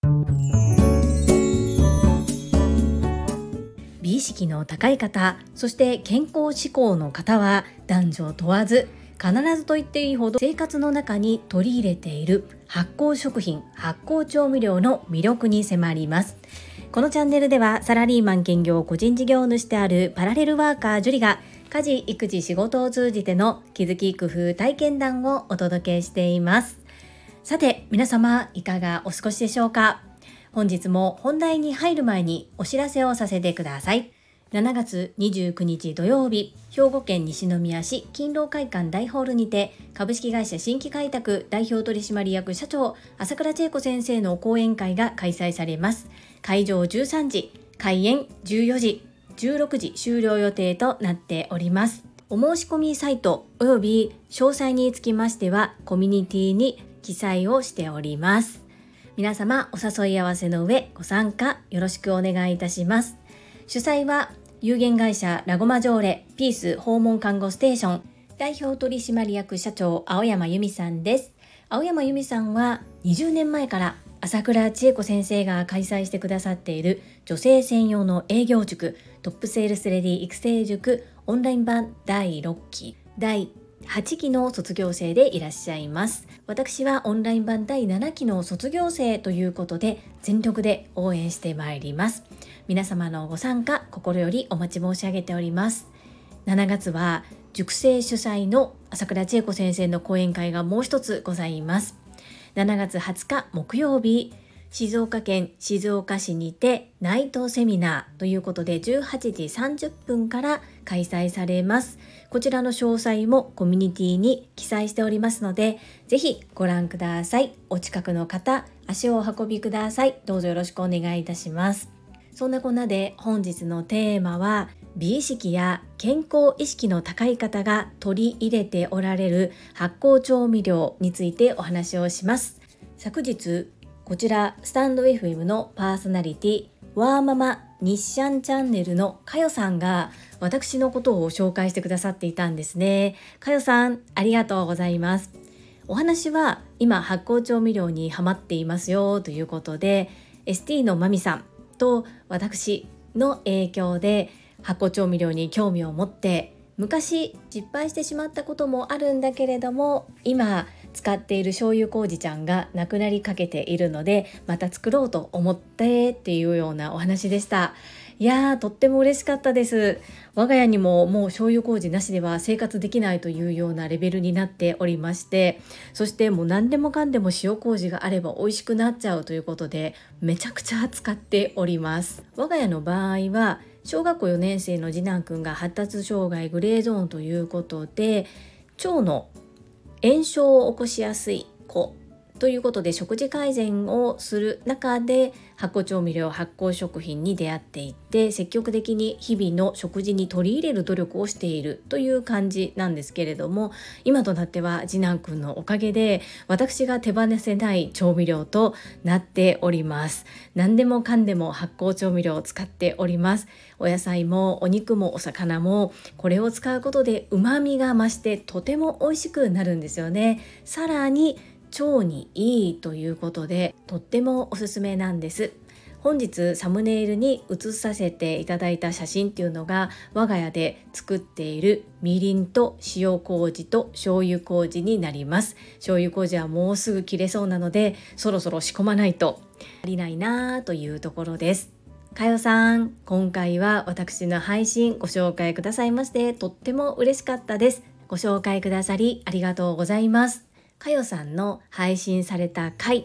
美意識の高い方、そして健康志向の方は男女問わず必ずと言っていいほど生活の中に取り入れている発酵食品、発酵調味料の魅力に迫ります。このチャンネルではサラリーマン兼業個人事業主であるパラレルワーカージュリが家事・育児・仕事を通じての気づき・工夫・体験談をお届けしています。さて皆様いかがお過ごしでしょうか。本日も本題に入る前にお知らせをさせてください。7月29日土曜日、兵庫県西宮市勤労会館大ホールにて株式会社新規開拓代表取締役社長朝倉千恵子先生の講演会が開催されます。会場13時、開演14時、16時終了予定となっております。お申し込みサイトおよび詳細につきましてはコミュニティに記載をしております。皆様お誘い合わせの上ご参加よろしくお願いいたします。主催は有限会社ラゴマジョーレピース訪問看護ステーション代表取締役社長青山由美さんです。青山由美さんは20年前から朝倉千恵子先生が開催してくださっている女性専用の営業塾トップセールスレディ育成塾オンライン版第6期第8期の卒業生でいらっしゃいます。私はオンライン版第7期の卒業生ということで全力で応援してまいります。皆様のご参加心よりお待ち申し上げております。7月は塾生主催の朝倉千恵子先生の講演会がもう一つございます。7月20日木曜日、静岡県静岡市にてナイトセミナーということで18時30分から開催されます。こちらの詳細もコミュニティに記載しておりますのでぜひご覧ください。お近くの方足をお運びください。どうぞよろしくお願いいたします。そんなこんなで本日のテーマは美意識や健康意識の高い方が取り入れておられる発酵調味料についてお話をします。昨日こちらスタンド FM のパーソナリティワーママ日シャンチャンネルのかよさんが私のことを紹介してくださっていたんですね。かよさんありがとうございます。お話は今発酵調味料にハマっていますよということで ST のマミさんと私の影響で発酵調味料に興味を持って昔失敗してしまったこともあるんだけれども今使っている醤油麹ちゃんがなくなりかけているのでまた作ろうと思ってっていうようなお話でした。いやとっても嬉しかったです。我が家にももう醤油麹なしでは生活できないというようなレベルになっておりまして、そしてもう何でもかんでも塩麹があれば美味しくなっちゃうということでめちゃくちゃ使っております。我が家の場合は小学校4年生の次男くんが発達障害グレーゾーンということで腸の炎症を起こしやすい子ということで食事改善をする中で発酵調味料発酵食品に出会っていって積極的に日々の食事に取り入れる努力をしているという感じなんですけれども、今となっては次男くんのおかげで私が手放せない調味料となっております。何でもかんでも発酵調味料を使っております。お野菜もお肉もお魚もこれを使うことで旨味が増してとても美味しくなるんですよね。さらに腸にいいということでとってもおすすめなんです。本日サムネイルに写させていただいた写真っていうのが我が家で作っているみりんと塩麹と醤油麹になります。醤油麹はもうすぐ切れそうなのでそろそろ仕込まないと足りないなというところです。かよさん、今回は私の配信ご紹介くださいましてとっても嬉しかったです。ご紹介くださりありがとうございます。かよさんの配信された回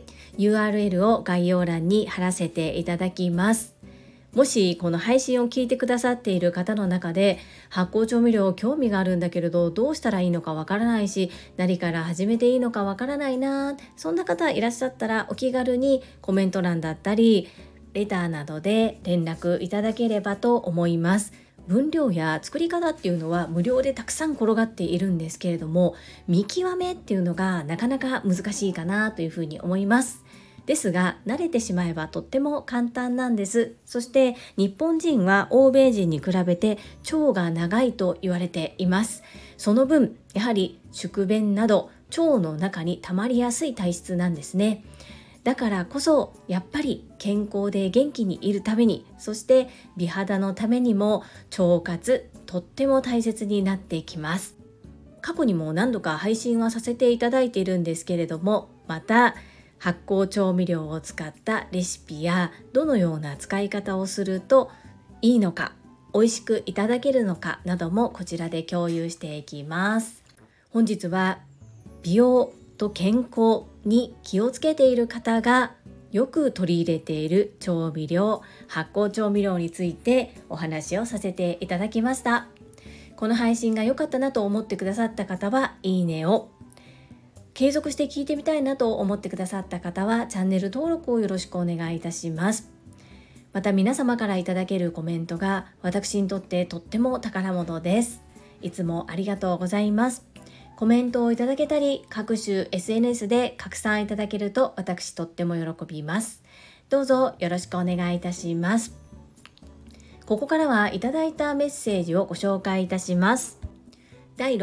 URL を概要欄に貼らせていただきます。もしこの配信を聞いてくださっている方の中で発酵調味料興味があるんだけれどどうしたらいいのかわからないし何から始めていいのかわからないな、そんな方いらっしゃったらお気軽にコメント欄だったりレターなどで連絡いただければと思います。分量や作り方っていうのは無料でたくさん転がっているんですけれども見極めっていうのがなかなか難しいかなというふうに思います。ですが慣れてしまえばとっても簡単なんです。そして日本人は欧米人に比べて腸が長いと言われています。その分やはり宿便など腸の中に溜まりやすい体質なんですね。 だからこそやっぱり健康で元気にいるために、そして美肌のためにも腸活とっても大切になってきます。過去にも何度か配信はさせていただいているんですけれども、また発酵調味料を使ったレシピやどのような使い方をするといいのか、美味しくいただけるのかなどもこちらで共有していきます。本日は美容と健康に気をつけている方がよく取り入れている調味料、発酵調味料についてお話をさせていただきました。この配信が良かったなと思ってくださった方はいいねを、継続して聞いてみたいなと思ってくださった方はチャンネル登録をよろしくお願いいたします。また皆様からいただけるコメントが私にとってとっても宝物です。いつもありがとうございます。コメントをいただけたり、各種 SNS で拡散いただけると私とっても喜びます。どうぞよろしくお願いいたします。ここからはいただいたメッセージをご紹介いたします。第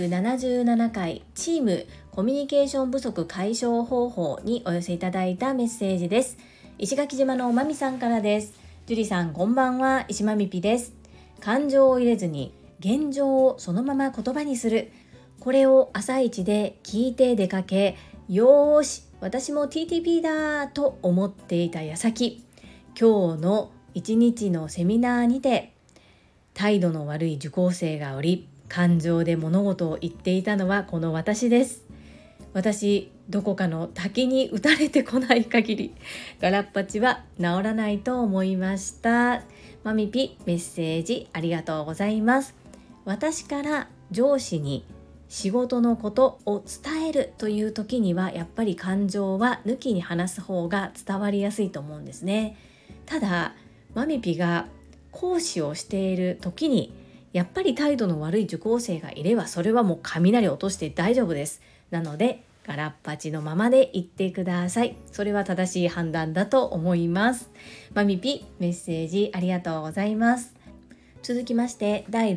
677回チームコミュニケーション不足解消方法にお寄せいただいたメッセージです。石垣島のまみさんからです。ジュリさんこんばんは、石まみぴです。感情を入れずに現状をそのまま言葉にする、これを朝一で聞いて出かけ、よーし私も TTP だと思っていた矢先、今日の一日のセミナーにて態度の悪い受講生がおり、感情で物事を言っていたのはこの私です。私、どこかの滝に打たれてこない限りガラッパチは治らないと思いました。まみぴ、メッセージありがとうございます。私から上司に仕事のことを伝えるという時にはやっぱり感情は抜きに話す方が伝わりやすいと思うんですね。ただまみぴが講師をしている時にやっぱり態度の悪い受講生がいれば、それはもう雷落として大丈夫です。なのでガラッパチのままで言ってください。それは正しい判断だと思います。まみぴ、メッセージありがとうございます。続きまして第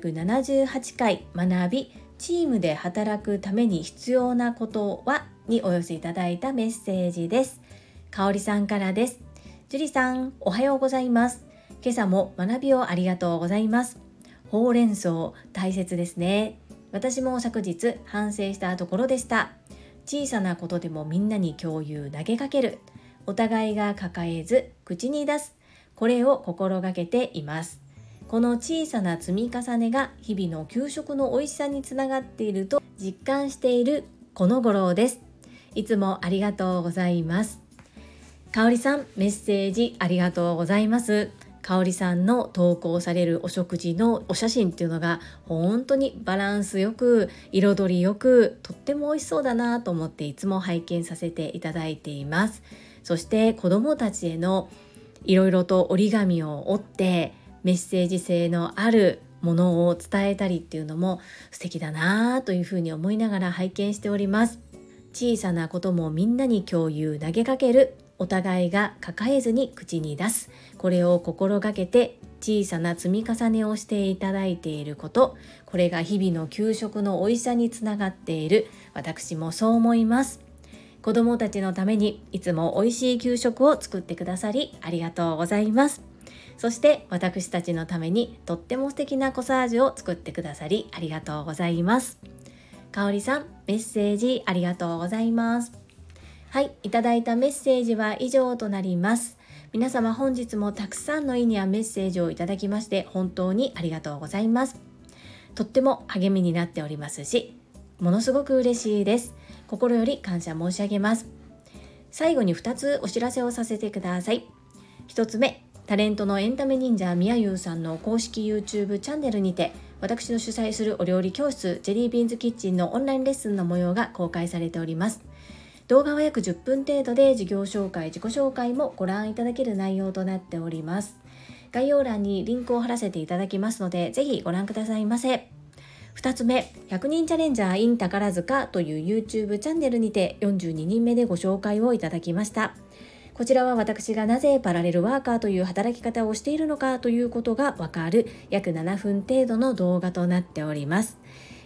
678回学びチームで働くために必要なことはにお寄せいただいたメッセージです。かおりさんからです。ジュリさんおはようございます。今朝も学びをありがとうございます。ほうれん草大切ですね。私も昨日反省したところでした。小さなことでもみんなに共有投げかける、お互いが抱えず口に出す、これを心がけています。この小さな積み重ねが日々の給食の美味しさにつながっていると実感しているこの頃です。いつもありがとうございます。かおりさん、メッセージありがとうございます。かおりさんの投稿されるお食事のお写真っていうのが本当にバランスよく、彩りよく、とっても美味しそうだなと思っていつも拝見させていただいています。そして子どもたちへのいろいろと折り紙を折ってメッセージ性のあるものを伝えたりっていうのも素敵だなというふうに思いながら拝見しております。小さなこともみんなに共有投げかける、お互いが抱えずに口に出す、これを心がけて小さな積み重ねをしていただいていること、これが日々の給食の美味しさにつながっている。私もそう思います。子どもたちのためにいつも美味しい給食を作ってくださりありがとうございます。そして私たちのためにとっても素敵なコサージュを作ってくださりありがとうございます。かおりさん、メッセージありがとうございます。はい、いただいたメッセージは以上となります。皆様本日もたくさんのいいねやメッセージをいただきまして本当にありがとうございます。とっても励みになっておりますし、ものすごく嬉しいです。心より感謝申し上げます。最後に2つお知らせをさせてください。1つ目、タレントのエンタメ忍者みやゆうさんの公式 YouTube チャンネルにて私の主催するお料理教室ジェリービーンズキッチンのオンラインレッスンの模様が公開されております。動画は約10分程度で事業紹介、自己紹介もご覧いただける内容となっております。概要欄にリンクを貼らせていただきますのでぜひご覧くださいませ。2つ目、100人チャレンジャー in 宝塚という YouTube チャンネルにて42人目でご紹介をいただきました。こちらは私がなぜパラレルワーカーという働き方をしているのかということがわかる約7分程度の動画となっております。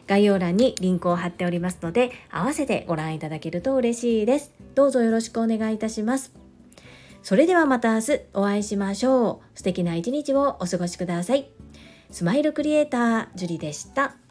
概要欄にリンクを貼っておりますので、合わせてご覧いただけると嬉しいです。どうぞよろしくお願いいたします。それではまた明日お会いしましょう。素敵な一日をお過ごしください。スマイルクリエイタージュリでした。